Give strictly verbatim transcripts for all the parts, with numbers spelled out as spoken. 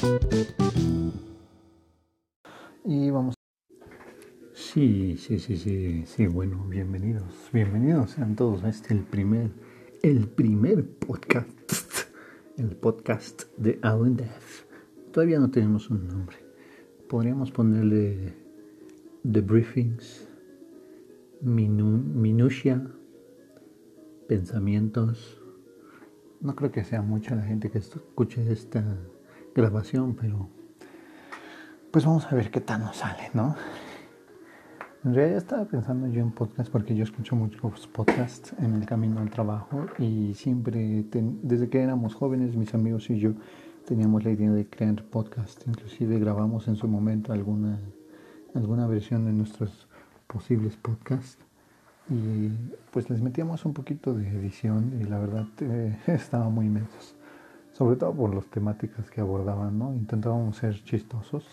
Y vamos. Sí, sí, sí, sí, sí, bueno, bienvenidos, bienvenidos sean todos a este, el primer, el primer podcast, el podcast de Alan Death. Todavía no tenemos un nombre. Podríamos ponerle The Briefings, minu, Minutia, Pensamientos. No creo que sea mucha la gente que escuche esta grabación, pero pues vamos a ver qué tal nos sale, ¿no? En realidad estaba pensando yo en podcast porque yo escucho muchos podcasts en el camino al trabajo y siempre, ten, desde que éramos jóvenes, mis amigos y yo teníamos la idea de crear podcast. Inclusive grabamos en su momento alguna, alguna versión de nuestros posibles podcasts y pues les metíamos un poquito de edición y la verdad eh, estaba muy inmensos. Sobre todo por las temáticas que abordaban, ¿no? Intentábamos ser chistosos.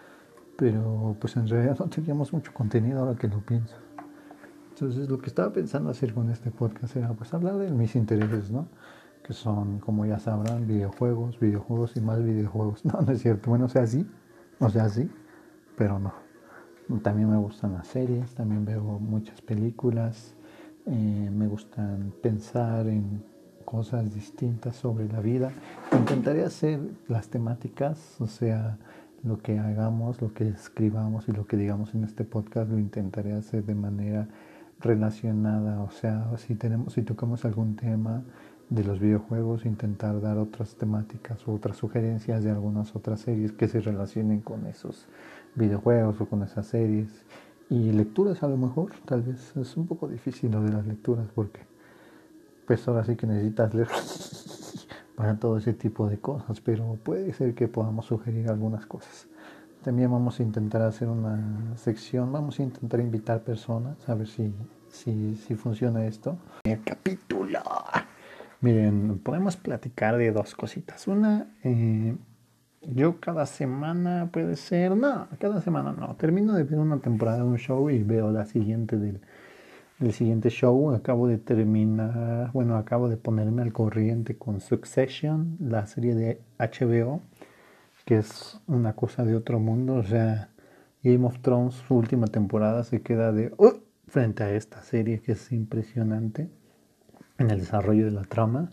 Pero pues en realidad no teníamos mucho contenido ahora que lo pienso. Entonces lo que estaba pensando hacer con este podcast era pues hablar de mis intereses, ¿no? Que son, como ya sabrán, videojuegos, videojuegos y más videojuegos. No, no es cierto. Bueno, o sea, sí, o sea, sí, pero no. También me gustan las series, también veo muchas películas, eh, me gustan pensar en cosas distintas sobre la vida. Intentaré hacer las temáticas, o sea, lo que hagamos, lo que escribamos y lo que digamos en este podcast lo intentaré hacer de manera relacionada, o sea, si tenemos, si tocamos algún tema de los videojuegos, intentar dar otras temáticas u otras sugerencias de algunas otras series que se relacionen con esos videojuegos o con esas series. Y lecturas a lo mejor, tal vez es un poco difícil lo de las lecturas porque pues ahora sí que necesitas leer para todo ese tipo de cosas, pero puede ser que podamos sugerir algunas cosas. También vamos a intentar hacer una sección, vamos a intentar invitar personas a ver si, si, si funciona esto. El capítulo. Miren, podemos platicar de dos cositas. Una, eh, yo cada semana puede ser, no, cada semana no. Termino de ver una temporada de un show y veo la siguiente del, del siguiente show. Acabo de terminar, bueno, acabo de ponerme al corriente con Succession, la serie de H B O, que es una cosa de otro mundo. O sea, Game of Thrones, su última temporada se queda de uh, frente a esta serie que es impresionante en el desarrollo de la trama.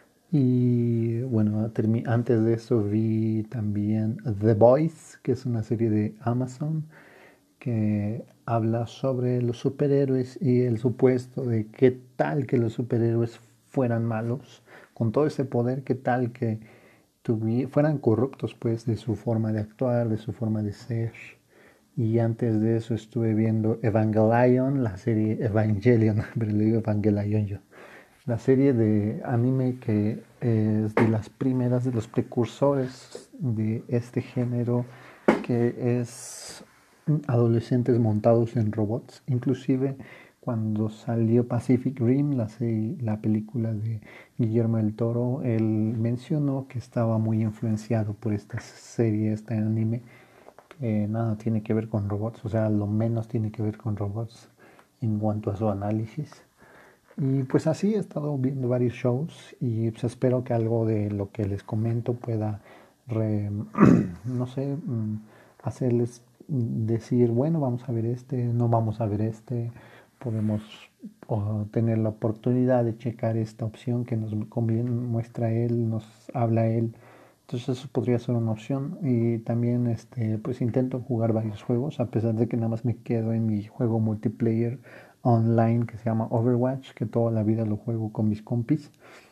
Y bueno, antes de eso vi también The Boys, que es una serie de Amazon que habla sobre los superhéroes y el supuesto de qué tal que los superhéroes fueran malos, con todo ese poder, qué tal que fueran corruptos pues de su forma de actuar, de su forma de ser. Y antes de eso estuve viendo Evangelion, la serie Evangelion, pero le digo Evangelion yo. La serie de anime que es de las primeras, de los precursores de este género, que es adolescentes montados en robots. Inclusive cuando salió Pacific Rim, la, serie, la película de Guillermo del Toro, él mencionó que estaba muy influenciado por esta serie, este anime, que nada tiene que ver con robots, o sea, lo menos tiene que ver con robots en cuanto a su análisis. Y pues así he estado viendo varios shows y pues espero que algo de lo que les comento pueda, re, no sé, hacerles decir, bueno, vamos a ver este, no vamos a ver este, podemos o, tener la oportunidad de checar esta opción que nos conviene, muestra él, nos habla él. Entonces eso podría ser una opción. Y también este, pues intento jugar varios juegos, a pesar de que nada más me quedo en mi juego multiplayer online que se llama Overwatch, que toda la vida lo juego con mis compis.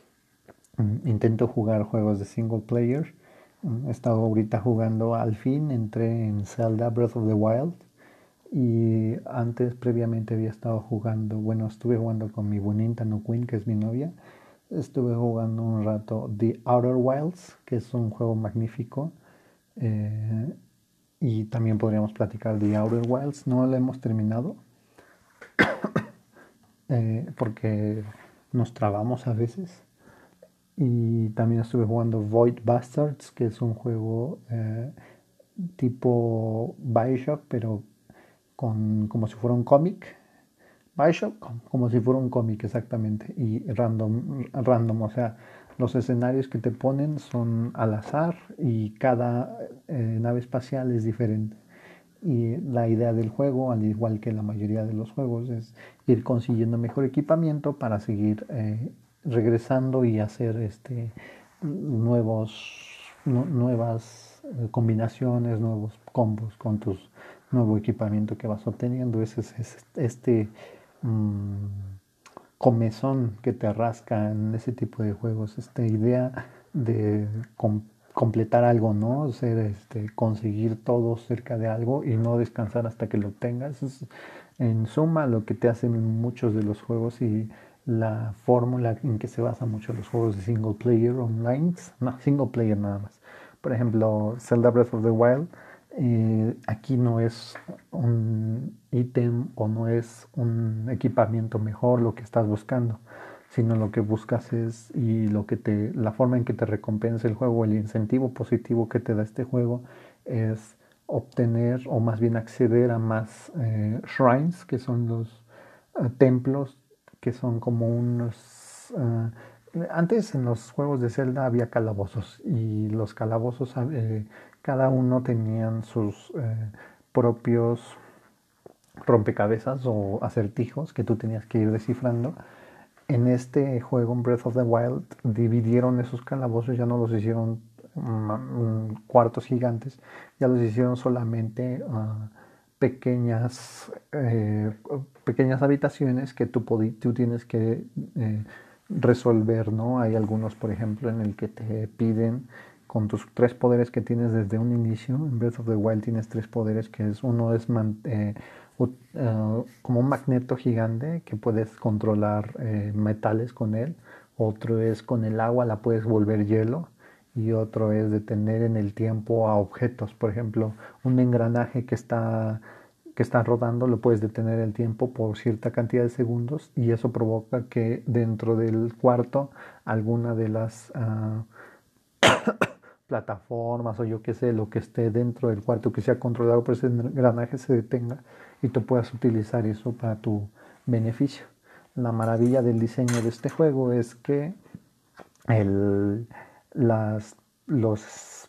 Intento jugar juegos de single player. He estado ahorita jugando, al fin entré en Zelda Breath of the Wild. Y antes, previamente había estado jugando, bueno, estuve jugando con mi bonita No Queen, que es mi novia. Estuve jugando un rato The Outer Wilds, que es un juego magnífico. Eh, y también podríamos platicar de The Outer Wilds. No lo hemos terminado. Eh, porque nos trabamos a veces. Y también estuve jugando Void Bastards, que es un juego eh, tipo Bioshock, pero con, como si fuera un cómic. Bioshock, como si fuera un cómic exactamente. Y random, random, o sea, Los escenarios que te ponen son al azar y cada eh, nave espacial es diferente. Y la idea del juego, al igual que la mayoría de los juegos, es ir consiguiendo mejor equipamiento para seguir eh, regresando y hacer este, nuevos, nu- nuevas eh, combinaciones, nuevos combos con tus nuevo equipamiento que vas obteniendo. Ese es, es este mmm, comezón que te rasca en ese tipo de juegos, esta idea de com completar algo, ¿no? Ser, este, conseguir todo cerca de algo y no descansar hasta que lo tengas. Es, en suma, lo que te hacen muchos de los juegos y la fórmula en que se basan muchos los juegos de single player online, no, single player nada más. Por ejemplo, Zelda Breath of the Wild, eh, aquí no es un ítem o no es un equipamiento mejor lo que estás buscando, sino lo que buscas es y lo que te, la forma en que te recompensa el juego, el incentivo positivo que te da este juego es obtener o más bien acceder a más eh, shrines, que son los eh, templos, que son como unos... Uh, antes en los juegos de Zelda había calabozos y los calabozos eh, cada uno tenían sus eh, propios rompecabezas o acertijos que tú tenías que ir descifrando. En este juego, en Breath of the Wild, dividieron esos calabozos, ya no los hicieron um, cuartos gigantes, ya los hicieron solamente uh, pequeñas, eh, pequeñas habitaciones que tú, tú tienes que eh, resolver, ¿no? Hay algunos, por ejemplo, en el que te piden con tus tres poderes que tienes desde un inicio. En Breath of the Wild tienes tres poderes, que es uno es eh, uh, como un magneto gigante que puedes controlar eh, metales con él. Otro es con el agua la puedes volver hielo. Y otro es detener en el tiempo a objetos. Por ejemplo, un engranaje que está que está rodando, lo puedes detener el tiempo por cierta cantidad de segundos y eso provoca que dentro del cuarto alguna de las uh, plataformas o yo qué sé, lo que esté dentro del cuarto que sea controlado por ese engranaje se detenga y tú puedas utilizar eso para tu beneficio. La maravilla del diseño de este juego es que el, las, los,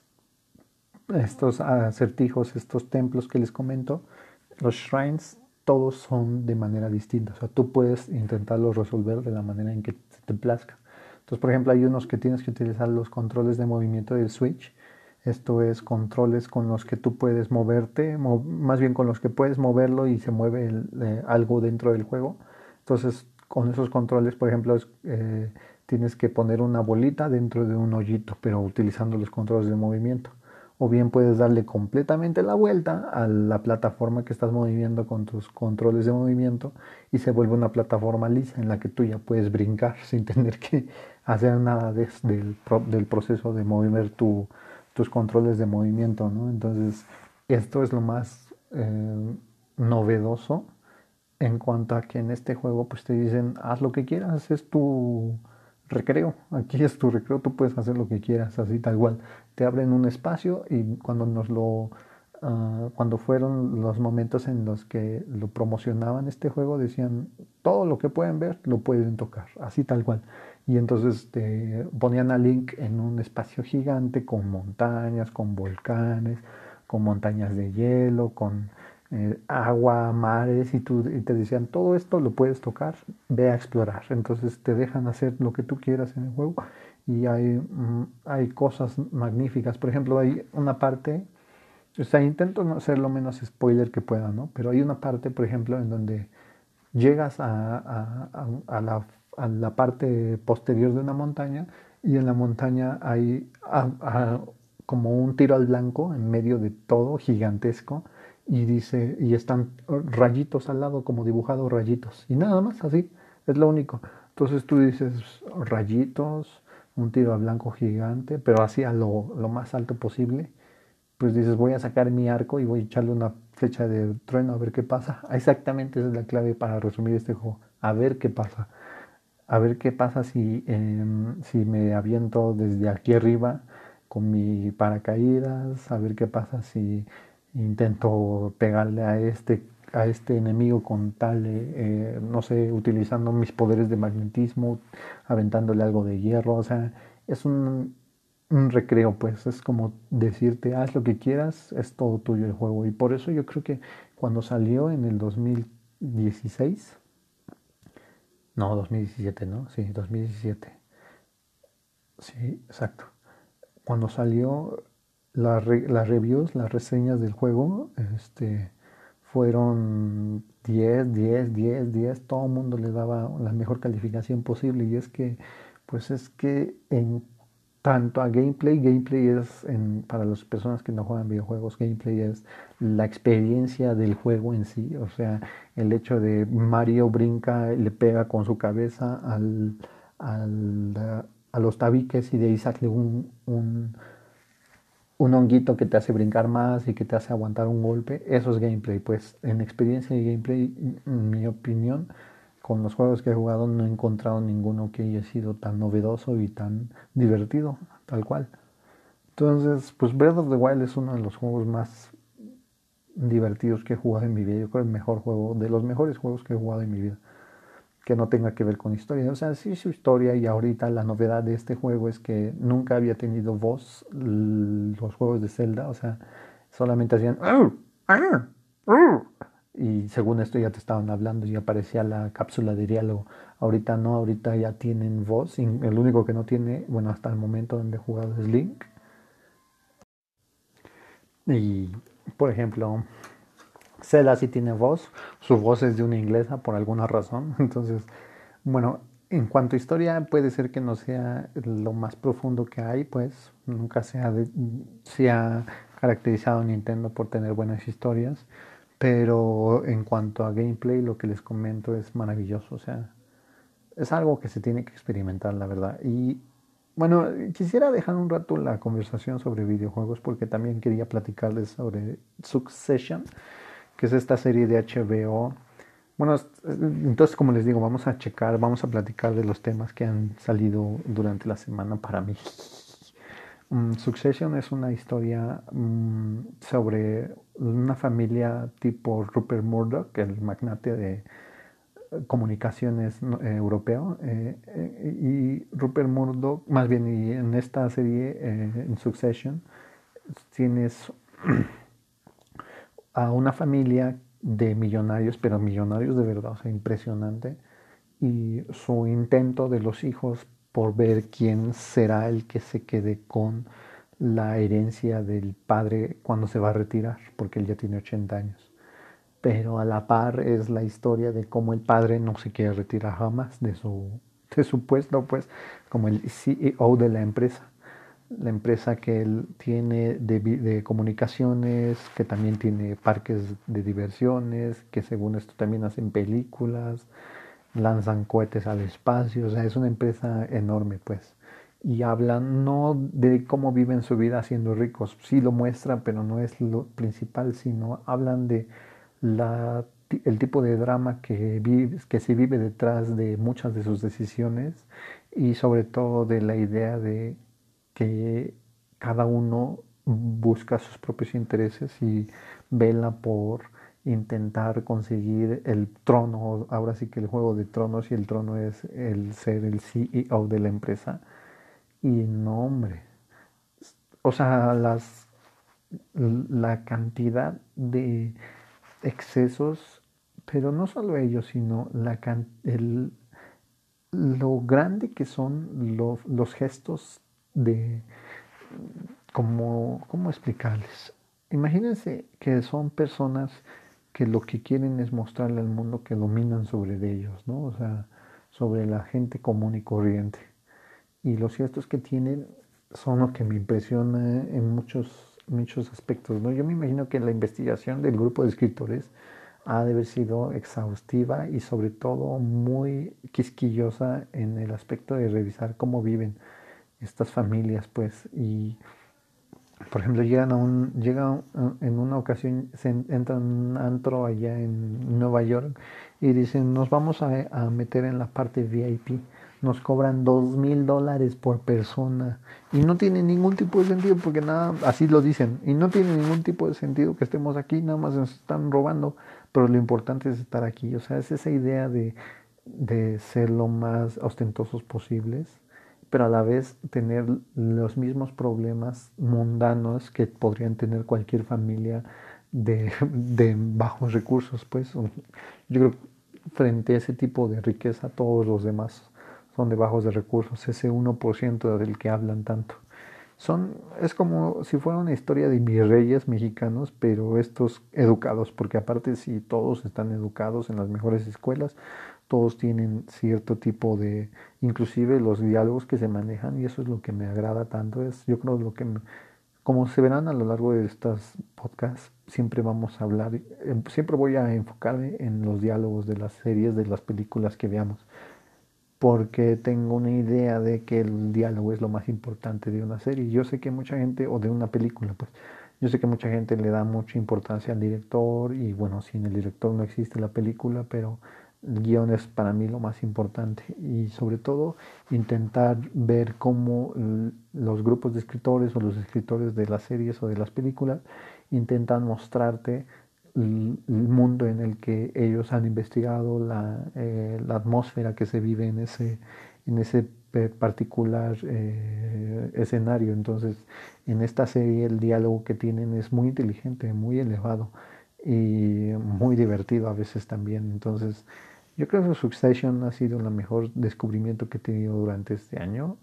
estos acertijos, estos templos que les comento, los shrines, todos son de manera distinta. O sea, tú puedes intentarlo resolver de la manera en que te plazca. Entonces, por ejemplo, hay unos que tienes que utilizar los controles de movimiento del Switch. Esto es controles con los que tú puedes moverte, mov más bien con los que puedes moverlo y se mueve el, eh, algo dentro del juego. Entonces, con esos controles, por ejemplo, es, eh, tienes que poner una bolita dentro de un hoyito, pero utilizando los controles de movimiento. O bien puedes darle completamente la vuelta a la plataforma que estás moviendo con tus controles de movimiento y se vuelve una plataforma lisa en la que tú ya puedes brincar sin tener que hacer nada de, del, del proceso de mover tu, tus controles de movimiento, ¿no? Entonces, esto es lo más eh, novedoso en cuanto a que en este juego pues te dicen, haz lo que quieras, es tu recreo, aquí es tu recreo, tú puedes hacer lo que quieras, así tal cual. Te abren un espacio y cuando nos lo... Uh, cuando fueron los momentos en los que lo promocionaban este juego, decían, todo lo que pueden ver lo pueden tocar, así tal cual. Y entonces te ponían a Link en un espacio gigante con montañas, con volcanes, con montañas de hielo, con eh, agua, mares, y, tú, y te decían, todo esto lo puedes tocar, ve a explorar. Entonces te dejan hacer lo que tú quieras en el juego y hay, mm, hay cosas magníficas. Por ejemplo, hay una parte, o sea, intento no ser lo menos spoiler que pueda, ¿no? Pero hay una parte, por ejemplo, en donde llegas a, a, a, a, la, a la parte posterior de una montaña y en la montaña hay a, a, como un tiro al blanco en medio de todo, gigantesco, y dice, y están rayitos al lado, como dibujados rayitos, y nada más así, es lo único. Entonces tú dices, rayitos, un tiro al blanco gigante, pero así a lo, lo más alto posible, pues dices, voy a sacar mi arco y voy a echarle una flecha de trueno a ver qué pasa. Exactamente esa es la clave para resumir este juego. A ver qué pasa. A ver qué pasa si, eh, si me aviento desde aquí arriba con mi paracaídas. A ver qué pasa si intento pegarle a este, a este enemigo con tal, eh, no sé, utilizando mis poderes de magnetismo, aventándole algo de hierro. O sea, es un, un recreo, pues es como decirte, haz lo que quieras, es todo tuyo el juego. Y por eso yo creo que cuando salió en el dos mil dieciséis, no, dos mil diecisiete, ¿no? Sí, dos mil diecisiete. Sí, exacto. Cuando salió la re- las reviews, las reseñas del juego, este, fueron diez diez diez diez todo el mundo le daba la mejor calificación posible y es que, pues es que en tanto a gameplay, gameplay es, en, para las personas que no juegan videojuegos, gameplay es la experiencia del juego en sí, o sea, el hecho de Mario brinca, le pega con su cabeza al, al, a los tabiques y de ahí sale un, un, un honguito que te hace brincar más y que te hace aguantar un golpe, eso es gameplay. Pues en experiencia de gameplay, en mi opinión, con los juegos que he jugado no he encontrado ninguno que haya sido tan novedoso y tan divertido, tal cual. Entonces, pues Breath of the Wild es uno de los juegos más divertidos que he jugado en mi vida. Yo creo el mejor juego, de los mejores juegos que he jugado en mi vida, que no tenga que ver con historia. O sea, sí su historia y ahorita la novedad de este juego es que nunca había tenido voz los juegos de Zelda. O sea, solamente hacían y según esto ya te estaban hablando y aparecía la cápsula de diálogo. Ahorita no, ahorita ya tienen voz. Y el único que no tiene, bueno, hasta el momento donde he jugado es Link. Y, por ejemplo, Zelda sí tiene voz. Su voz es de una inglesa por alguna razón. Entonces, bueno, en cuanto a historia, puede ser que no sea lo más profundo que hay, pues nunca se ha, de- se ha caracterizado Nintendo por tener buenas historias, pero en cuanto a gameplay, lo que les comento es maravilloso, o sea, es algo que se tiene que experimentar, la verdad. Y bueno, quisiera dejar un rato la conversación sobre videojuegos porque también quería platicarles sobre Succession, que es esta serie de H B O. Bueno, entonces como les digo, vamos a checar, vamos a platicar de los temas que han salido durante la semana para mí. Um, Succession es una historia um, sobre una familia tipo Rupert Murdoch, el magnate de comunicaciones eh, europeo, eh, eh, y Rupert Murdoch, más bien y en esta serie, eh, en Succession, tienes a una familia de millonarios, pero millonarios de verdad, o sea, impresionante, y su intento de los hijos por ver quién será el que se quede con la herencia del padre cuando se va a retirar, porque él ya tiene ochenta años. Pero a la par es la historia de cómo el padre no se quiere retirar jamás de su, de su puesto, pues, como el C E O de la empresa. La empresa que él tiene de, de comunicaciones, que también tiene parques de diversiones, que según esto también hacen películas, lanzan cohetes al espacio, o sea, es una empresa enorme, pues. Y hablan no de cómo viven su vida siendo ricos, sí lo muestran, pero no es lo principal, sino hablan de la, el tipo de drama que, vive, que se vive detrás de muchas de sus decisiones y sobre todo de la idea de que cada uno busca sus propios intereses y vela por intentar conseguir el trono, ahora sí que el juego de tronos y el trono es el ser el C E O de la empresa. Y no, hombre, o sea, las, la cantidad de excesos, pero no solo ellos, sino la, el, lo grande que son lo, los gestos de, como, ¿cómo explicarles? Imagínense que son personas que lo que quieren es mostrarle al mundo que dominan sobre ellos, ¿no? O sea, sobre la gente común y corriente. Y los gestos que tienen son lo que me impresiona en muchos, muchos aspectos, ¿no? Yo me imagino que la investigación del grupo de escritores ha de haber sido exhaustiva y sobre todo muy quisquillosa en el aspecto de revisar cómo viven estas familias, pues, y por ejemplo, llegan a un, llega en una ocasión, se entra en un antro allá en Nueva York y dicen, nos vamos a, a meter en la parte V I P. Nos cobran dos mil dólares por persona. Y no tiene ningún tipo de sentido porque nada, así lo dicen. Y no tiene ningún tipo de sentido que estemos aquí, nada más nos están robando. Pero lo importante es estar aquí. O sea, es esa idea de, de ser lo más ostentosos posibles, pero a la vez tener los mismos problemas mundanos que podrían tener cualquier familia de, de bajos recursos, pues. Yo creo que frente a ese tipo de riqueza, todos los demás son de bajos de recursos, ese uno por ciento del que hablan tanto. Son, es como si fuera una historia de mis reyes mexicanos, pero estos educados, porque aparte si todos están educados en las mejores escuelas, todos tienen cierto tipo de, inclusive los diálogos que se manejan, y eso es lo que me agrada tanto, es yo creo lo que, me, como se verán a lo largo de estos podcasts, siempre vamos a hablar, siempre voy a enfocarme en los diálogos de las series, de las películas que veamos, porque tengo una idea de que el diálogo es lo más importante de una serie. Yo sé que mucha gente, o de una película, pues, yo sé que mucha gente le da mucha importancia al director y bueno, sin el director no existe la película, pero el guión es para mí lo más importante y sobre todo intentar ver cómo los grupos de escritores o los escritores de las series o de las películas intentan mostrarte el mundo en el que ellos han investigado, la, eh, la atmósfera que se vive en ese, en ese particular eh, escenario. Entonces, en esta serie el diálogo que tienen es muy inteligente, muy elevado y muy divertido a veces también. Entonces, yo creo que Succession ha sido el mejor descubrimiento que he tenido durante este año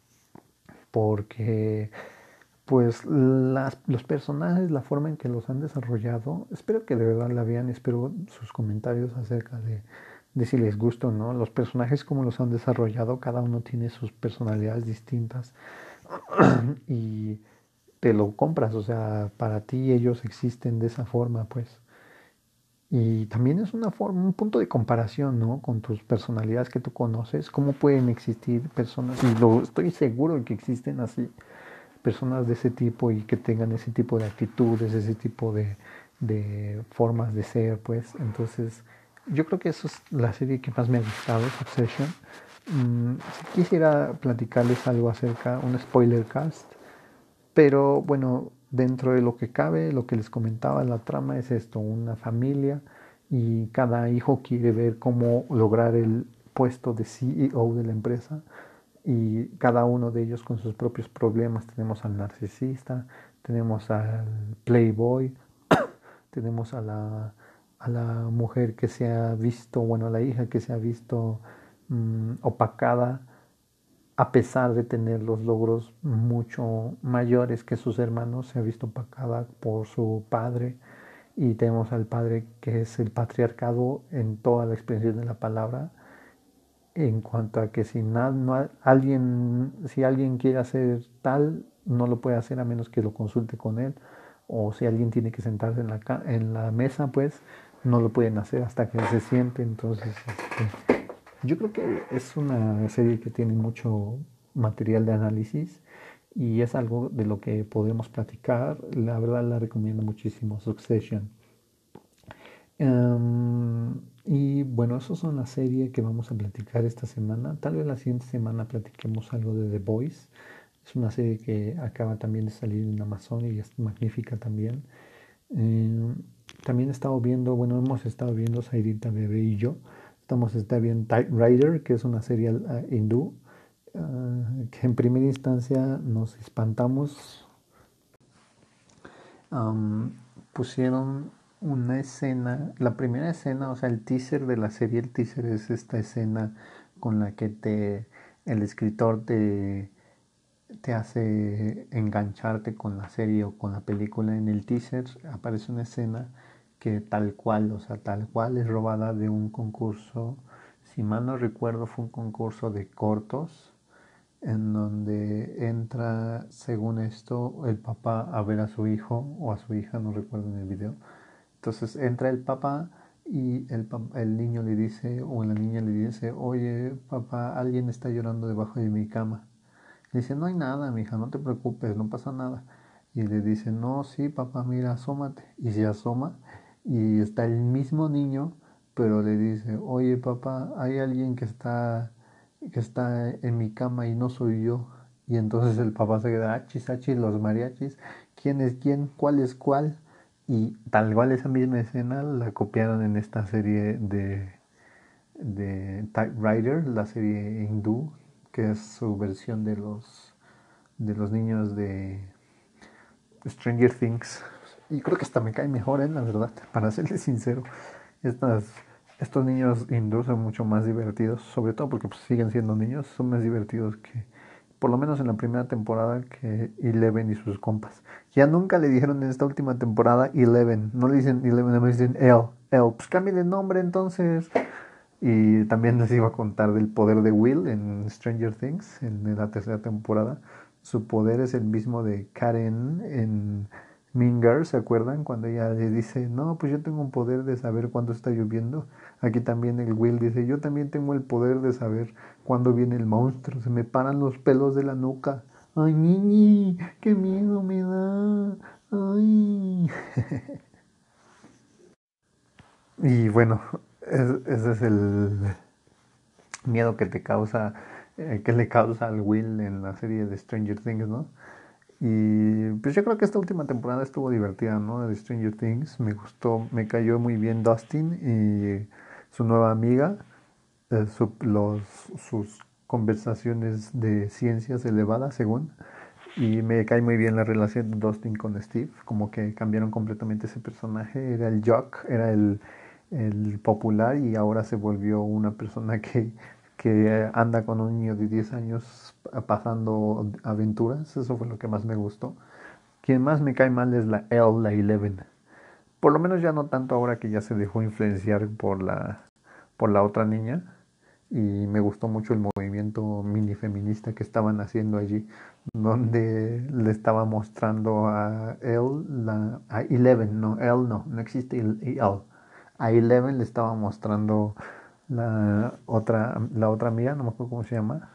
porque pues las, los personajes, la forma en que los han desarrollado, espero que de verdad la vean, espero sus comentarios acerca de, de si les gusta o no. Los personajes como los han desarrollado, cada uno tiene sus personalidades distintas y te lo compras, o sea, para ti ellos existen de esa forma, pues. Y también es una forma, un punto de comparación, ¿no? Con tus personalidades que tú conoces, cómo pueden existir personas, y lo estoy seguro de que existen así, personas de ese tipo y que tengan ese tipo de actitudes, ese tipo de, de formas de ser, pues. Entonces, yo creo que eso es la serie que más me ha gustado, Succession. Mm, si quisiera platicarles algo acerca, un spoiler cast, pero bueno, dentro de lo que cabe, lo que les comentaba, la trama es esto, una familia y cada hijo quiere ver cómo lograr el puesto de C E O de la empresa y cada uno de ellos con sus propios problemas. Tenemos al narcisista, tenemos al playboy, tenemos a la, a la mujer que se ha visto, bueno, a la hija que se ha visto mmm, opacada a pesar de tener los logros mucho mayores que sus hermanos, se ha visto opacada por su padre. Y tenemos al padre que es el patriarcado en toda la expresión de la palabra, en cuanto a que si, na, no, alguien, si alguien quiere hacer tal, no lo puede hacer a menos que lo consulte con él, o si alguien tiene que sentarse en la, en la mesa, pues no lo pueden hacer hasta que se siente. Entonces, este, yo creo que es una serie que tiene mucho material de análisis y es algo de lo que podemos platicar. La verdad la recomiendo muchísimo, Succession. Um, y bueno, eso son las series que vamos a platicar esta semana. Tal vez la siguiente semana platiquemos algo de The Boys. Es una serie que acaba también de salir en Amazon y es magnífica también. Eh, también he estado viendo, bueno, hemos estado viendo Sairita Bebé y yo. Estamos está viendo Typewriter, que es una serie uh, hindú, uh, que en primera instancia nos espantamos. Um, pusieron una escena, la primera escena, o sea, el teaser de la serie, el teaser es esta escena con la que te, el escritor te, te hace engancharte con la serie o con la película. En el teaser aparece una escena que tal cual, o sea, tal cual es robada de un concurso, si mal no recuerdo fue un concurso de cortos, en donde entra, según esto, el papá a ver a su hijo o a su hija, no recuerdo en el video. Entonces entra el papá y el, el niño le dice, o la niña le dice, oye papá, alguien está llorando debajo de mi cama. Le dice, no hay nada, mija, no te preocupes, no pasa nada. Y le dice, no, sí, papá, mira, asómate. Y se asoma y está el mismo niño, pero le dice, oye papá, hay alguien que está, que está en mi cama y no soy yo. Y entonces el papá se queda, achis, achis, los mariachis, ¿quién es quién? ¿Cuál es cuál? Y tal cual esa misma escena la copiaron en esta serie de, de Typewriter, la serie hindú, que es su versión de los, de los niños de Stranger Things. Y creo que hasta me cae mejor, ¿eh? La verdad, para serles sincero. Estas, estos niños hindúes son mucho más divertidos, sobre todo porque pues, siguen siendo niños, son más divertidos que, por lo menos en la primera temporada, que Eleven y sus compas. Ya nunca le dijeron en esta última temporada Eleven, no le dicen Eleven, me dicen Elle, Elle, pues cambie de nombre entonces. Y también les iba a contar del poder de Will en Stranger Things, en la tercera temporada. Su poder es el mismo de Karen en Mean Girls, ¿se acuerdan? Cuando ella le dice, no, pues yo tengo un poder de saber cuándo está lloviendo. Aquí también el Will dice, yo también tengo el poder de saber cuándo viene el monstruo. Se me paran los pelos de la nuca. Ay, niñi, qué miedo me da. Ay. Y bueno, es- ese es el miedo que te causa, eh, que le causa al Will en la serie de Stranger Things, ¿no? Y pues yo creo que esta última temporada estuvo divertida, ¿no? De Stranger Things. Me gustó, me cayó muy bien Dustin y su nueva amiga, eh, su- los, sus conversaciones de ciencias elevadas, según. Y me cae muy bien la relación de Dustin con Steve, como que cambiaron completamente ese personaje. Era el jock, era el, el popular y ahora se volvió una persona que, que anda con un niño de diez años pasando aventuras. Eso fue lo que más me gustó. Quien más me cae mal es la Elle, la Eleven. Por lo menos ya no tanto ahora que ya se dejó influenciar por la, por la otra niña. Y me gustó mucho el movimiento mini feminista que estaban haciendo allí, donde le estaba mostrando a él, la, a Eleven, no, él no, no existe él. A Eleven le estaba mostrando la otra, la otra amiga, no me acuerdo cómo se llama,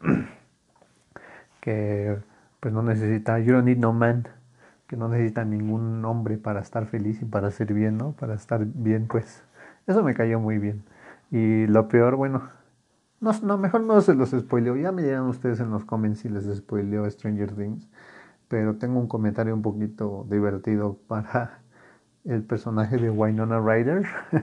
que pues no necesita, you don't need no man, que no necesita ningún hombre para estar feliz y para ser bien, ¿no? Para estar bien, pues. Eso me cayó muy bien. Y lo peor, bueno, no, no, mejor no se los spoileo. Ya me dirán ustedes en los comments si les spoileo Stranger Things. Pero tengo un comentario un poquito divertido para el personaje de Winona Ryder.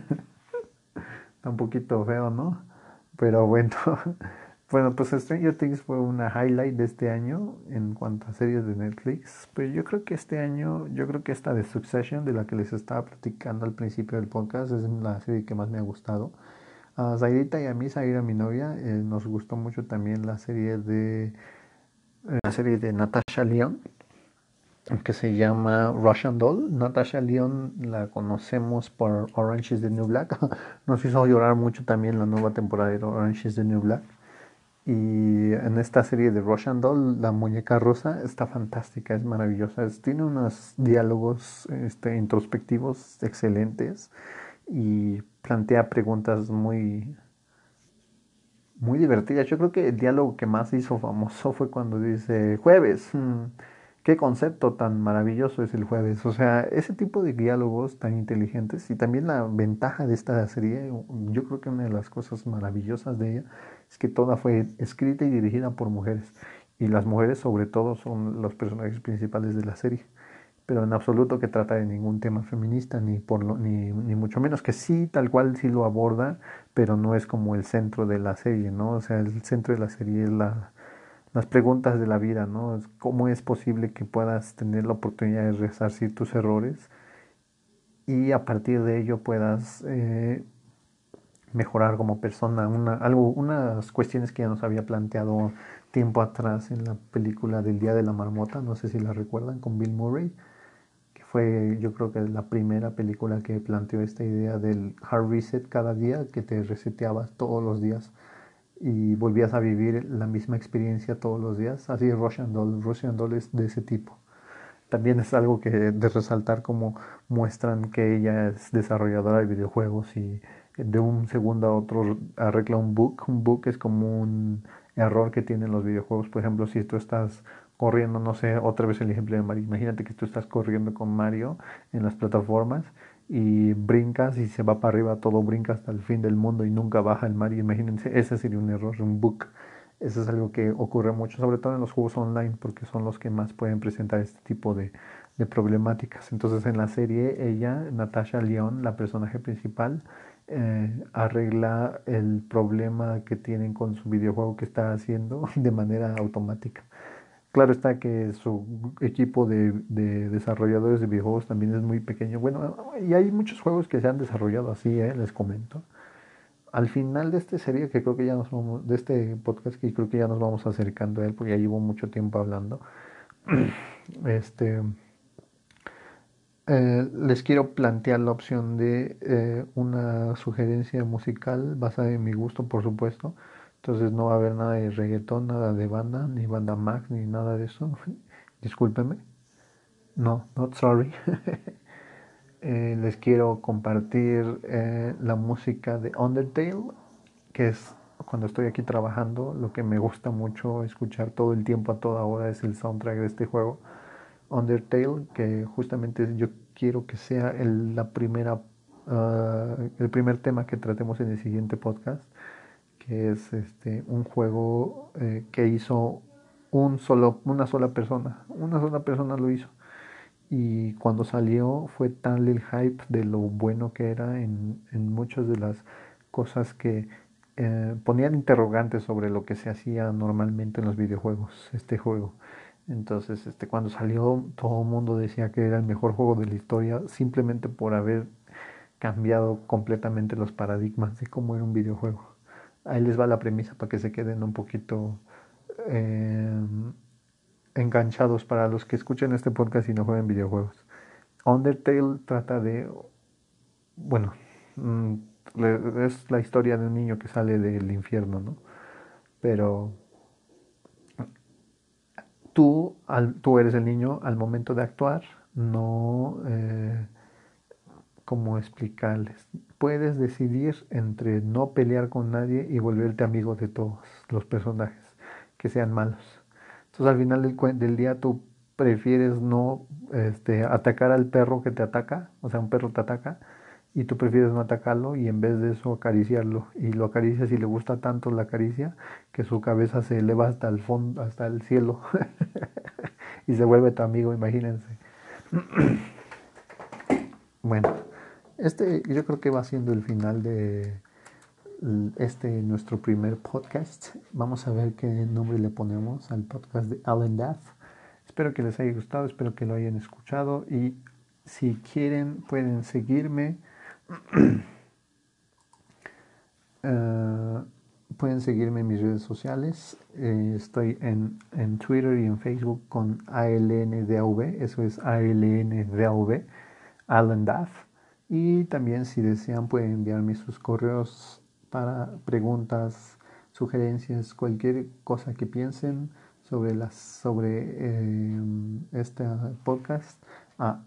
Está un poquito feo, ¿no? Pero bueno. Bueno, pues Stranger Things fue una highlight de este año en cuanto a series de Netflix. Pero yo creo que este año, yo creo que esta de Succession, de la que les estaba platicando al principio del podcast, es la serie que más me ha gustado. A Zairita y a mí, Zaira, mi novia, eh, nos gustó mucho también la serie de eh, la serie de Natasha Lyonne, que se llama Russian Doll. Natasha Lyonne la conocemos por Orange is the New Black. Nos hizo llorar mucho también la nueva temporada de Orange is the New Black. Y en esta serie de Russian Doll, la muñeca rosa está fantástica, es maravillosa. Es- tiene unos diálogos este, introspectivos excelentes y plantea preguntas muy, muy divertidas. Yo creo que el diálogo que más hizo famoso fue cuando dice, jueves, hmm, qué concepto tan maravilloso es el jueves. O sea, ese tipo de diálogos tan inteligentes y también la ventaja de esta serie, yo creo que una de las cosas maravillosas de ella es que toda fue escrita y dirigida por mujeres. Y las mujeres sobre todo son los personajes principales de la serie, pero en absoluto que trata de ningún tema feminista, ni, por lo, ni, ni mucho menos, que sí, tal cual sí lo aborda, pero no es como el centro de la serie, ¿no? O sea, el centro de la serie es la, las preguntas de la vida, ¿no? Es ¿cómo es posible que puedas tener la oportunidad de resarcir tus errores y a partir de ello puedas eh, mejorar como persona? Una, algo, unas cuestiones que ya nos había planteado tiempo atrás en la película del Día de la Marmota, no sé si la recuerdan, con Bill Murray, que fue yo creo que la primera película que planteó esta idea del hard reset cada día, que te reseteabas todos los días y volvías a vivir la misma experiencia todos los días. Así es Russian Doll, Russian Doll es de ese tipo. También es algo que de resaltar como muestran que ella es desarrolladora de videojuegos y de un segundo a otro arregla un bug. Un bug es como un error que tienen los videojuegos. Por ejemplo, si tú estás corriendo, no sé, otra vez el ejemplo de Mario. Imagínate que tú estás corriendo con Mario en las plataformas y brincas y se va para arriba, todo brinca hasta el fin del mundo y nunca baja el Mario. Imagínense, ese sería un error, un bug. Eso es algo que ocurre mucho, sobre todo en los juegos online, porque son los que más pueden presentar este tipo de, de problemáticas. Entonces en la serie, ella, Natasha Lyonne, la personaje principal, eh, arregla el problema que tienen con su videojuego que está haciendo de manera automática. Claro está que su equipo de, de desarrolladores de videojuegos también es muy pequeño. Bueno, y hay muchos juegos que se han desarrollado así, ¿eh? Les comento. Al final de este serie, que creo que ya nos vamos, de este podcast, que creo que ya nos vamos acercando a él, porque ya llevo mucho tiempo hablando. este, eh, Les quiero plantear la opción de eh, una sugerencia musical basada en mi gusto, por supuesto. Entonces no va a haber nada de reggaetón, nada de banda, ni banda Max, ni nada de eso. Discúlpeme. No, not sorry. Eh, les quiero compartir eh, la música de Undertale, que es cuando estoy aquí trabajando, lo que me gusta mucho escuchar todo el tiempo, a toda hora, es el soundtrack de este juego. Undertale, que justamente yo quiero que sea el, la primera, uh, el primer tema que tratemos en el siguiente podcast, que es este, un juego eh, que hizo un solo, una sola persona, una sola persona lo hizo. Y cuando salió fue tal el hype de lo bueno que era en, en muchas de las cosas que eh, ponían interrogantes sobre lo que se hacía normalmente en los videojuegos, este juego. Entonces, este, cuando salió, todo el mundo decía que era el mejor juego de la historia, simplemente por haber cambiado completamente los paradigmas de cómo era un videojuego. Ahí les va la premisa para que se queden un poquito eh, enganchados para los que escuchen este podcast y no jueguen videojuegos. Undertale trata de, bueno, mm, es la historia de un niño que sale del infierno, ¿no? Pero tú, al, tú eres el niño al momento de actuar, no, eh, ¿cómo explicarles? Puedes decidir entre no pelear con nadie y volverte amigo de todos los personajes que sean malos. Entonces al final del, del día tú prefieres no este, atacar al perro que te ataca, o sea, un perro te ataca y tú prefieres no atacarlo y en vez de eso acariciarlo y lo acaricias y le gusta tanto la caricia que su cabeza se eleva hasta el fondo, hasta el cielo y se vuelve tu amigo, imagínense. Bueno, este yo creo que va siendo el final de este nuestro primer podcast. Vamos a ver qué nombre le ponemos al podcast de Alan Duff. Espero que les haya gustado, espero que lo hayan escuchado y si quieren pueden seguirme. uh, pueden seguirme en mis redes sociales. Eh, estoy en, en Twitter y en Facebook con A L N D A V, eso es A L N D A V, Alan Duff. Y también si desean pueden enviarme sus correos para preguntas, sugerencias, cualquier cosa que piensen sobre las sobre eh, este podcast a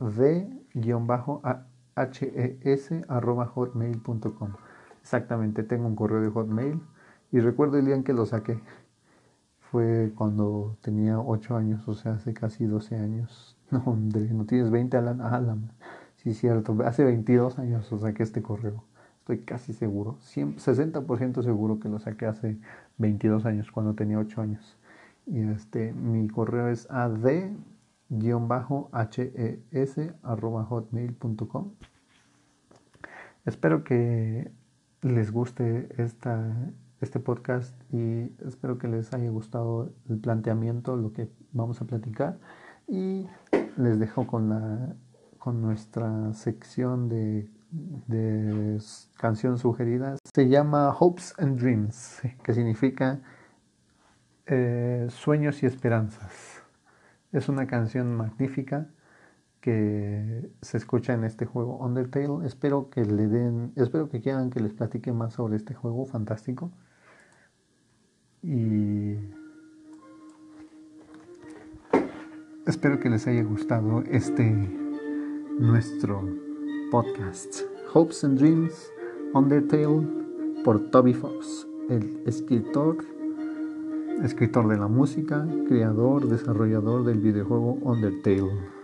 av-hes arroba hotmail punto com. Exactamente, tengo un correo de Hotmail y recuerdo el día en que lo saqué. Fue cuando tenía ocho años, o sea, hace casi doce años. No, hombre, no tienes veinte, Alan. Alan. Sí, cierto. Hace veintidós años o saqué este correo. Estoy casi seguro. cien, sesenta por ciento seguro que lo saqué hace veintidós años, cuando tenía ocho años. Y este, mi correo es ad-hes arroba hotmail punto com. Espero que les guste esta, este podcast y espero que les haya gustado el planteamiento, lo que vamos a platicar. Y les dejo con, la, con nuestra sección de, de canción sugerida. Se llama Hopes and Dreams, que significa eh, sueños y esperanzas. Es una canción magnífica que se escucha en este juego Undertale. Espero que le den, espero que quieran que les platique más sobre este juego fantástico. Y espero que les haya gustado este nuestro podcast Hopes and Dreams Undertale por Toby Fox, el escritor escritor de la música, creador, desarrollador del videojuego Undertale.